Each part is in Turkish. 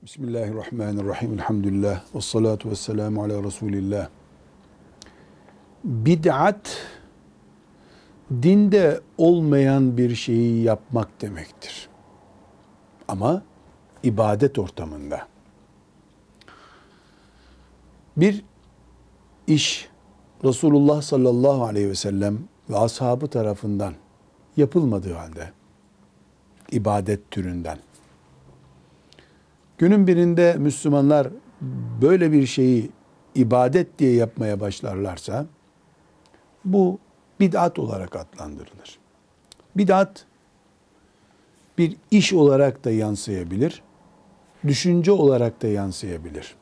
Bismillahirrahmanirrahim. Elhamdülillah. Vessalatu vesselamu ala Resulillah. Bid'at, dinde olmayan bir şeyi yapmak demektir. Ama ibadet ortamında. Bir iş Resulullah sallallahu aleyhi ve sellem ve ashabı tarafından yapılmadığı halde, ibadet türünden, günün birinde Müslümanlar böyle bir şeyi ibadet diye yapmaya başlarlarsa, bu bid'at olarak adlandırılır. Bid'at, bir iş olarak da yansıyabilir, düşünce olarak da yansıyabilir.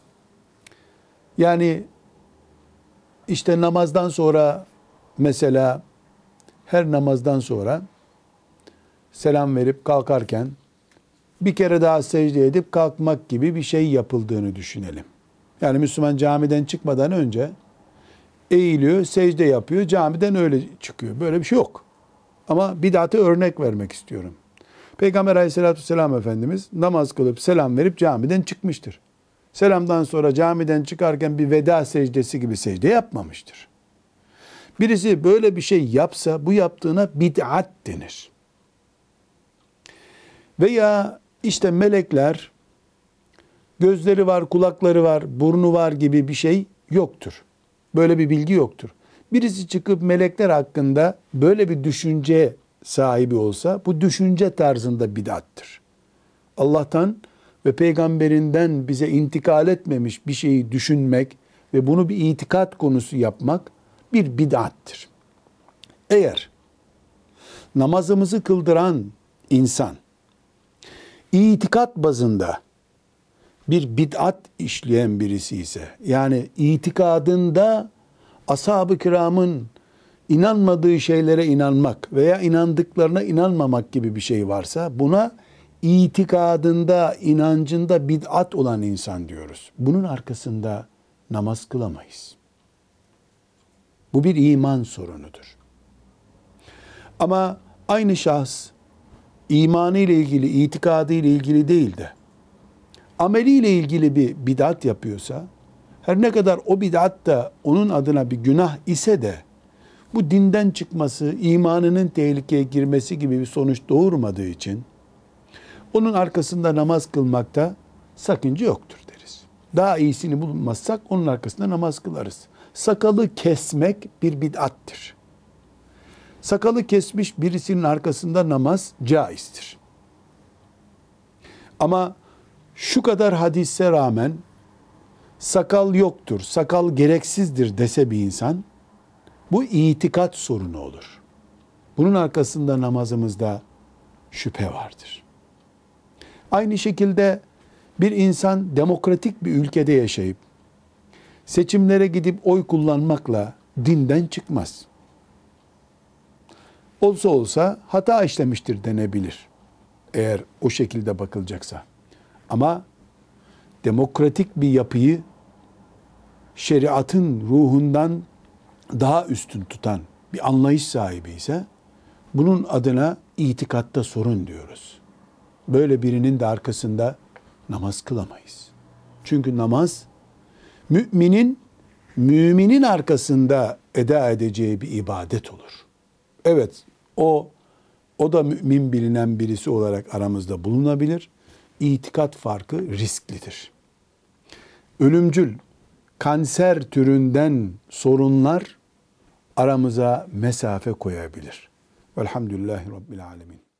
Yani işte namazdan sonra, mesela her namazdan sonra selam verip kalkarken bir kere daha secde edip kalkmak gibi bir şey yapıldığını düşünelim. Yani Müslüman camiden çıkmadan önce eğiliyor, secde yapıyor, camiden öyle çıkıyor. Böyle bir şey yok. Ama bid'ate örnek vermek istiyorum. Peygamber aleyhissalatü vesselam Efendimiz namaz kılıp selam verip camiden çıkmıştır. Selamdan sonra camiden çıkarken bir veda secdesi gibi secde yapmamıştır. Birisi böyle bir şey yapsa bu yaptığına bid'at denir. Veya işte melekler, gözleri var, kulakları var, burnu var gibi bir şey yoktur. Böyle bir bilgi yoktur. Birisi çıkıp melekler hakkında böyle bir düşünce sahibi olsa, bu düşünce tarzında bid'attır. Allah'tan ve peygamberinden bize intikal etmemiş bir şeyi düşünmek ve bunu bir itikat konusu yapmak bir bid'attır. Eğer namazımızı kıldıran insan, İtikat bazında bir bid'at işleyen birisi ise, yani itikadında ashab-ı kiramın inanmadığı şeylere inanmak veya inandıklarına inanmamak gibi bir şey varsa, buna itikadında, inancında bid'at olan insan diyoruz. Bunun arkasında namaz kılamayız. Bu bir iman sorunudur. Ama aynı şahs, İmanı ile ilgili, itikadı ile ilgili değil de ameliyle ilgili bir bid'at yapıyorsa, her ne kadar o bid'at da onun adına bir günah ise de bu dinden çıkması, imanının tehlikeye girmesi gibi bir sonuç doğurmadığı için onun arkasında namaz kılmakta sakınca yoktur deriz. Daha iyisini bulmazsak onun arkasında namaz kılarız. Sakalı kesmek bir bid'attır. Sakalı kesmiş birisinin arkasında namaz caizdir. Ama şu kadar hadise rağmen sakal yoktur, sakal gereksizdir dese bir insan, bu itikat sorunu olur. Bunun arkasında namazımızda şüphe vardır. Aynı şekilde bir insan demokratik bir ülkede yaşayıp seçimlere gidip oy kullanmakla dinden çıkmaz. Olsa olsa hata işlemiştir denebilir, eğer o şekilde bakılacaksa. Ama demokratik bir yapıyı şeriatın ruhundan daha üstün tutan bir anlayış sahibi ise, bunun adına itikatta sorun diyoruz. Böyle birinin de arkasında namaz kılamayız. Çünkü namaz, müminin arkasında eda edeceği bir ibadet olur. Evet, o da mümin bilinen birisi olarak aramızda bulunabilir. İtikat farkı risklidir. Ölümcül, kanser türünden sorunlar aramıza mesafe koyabilir. Velhamdülillahi Rabbil Alemin.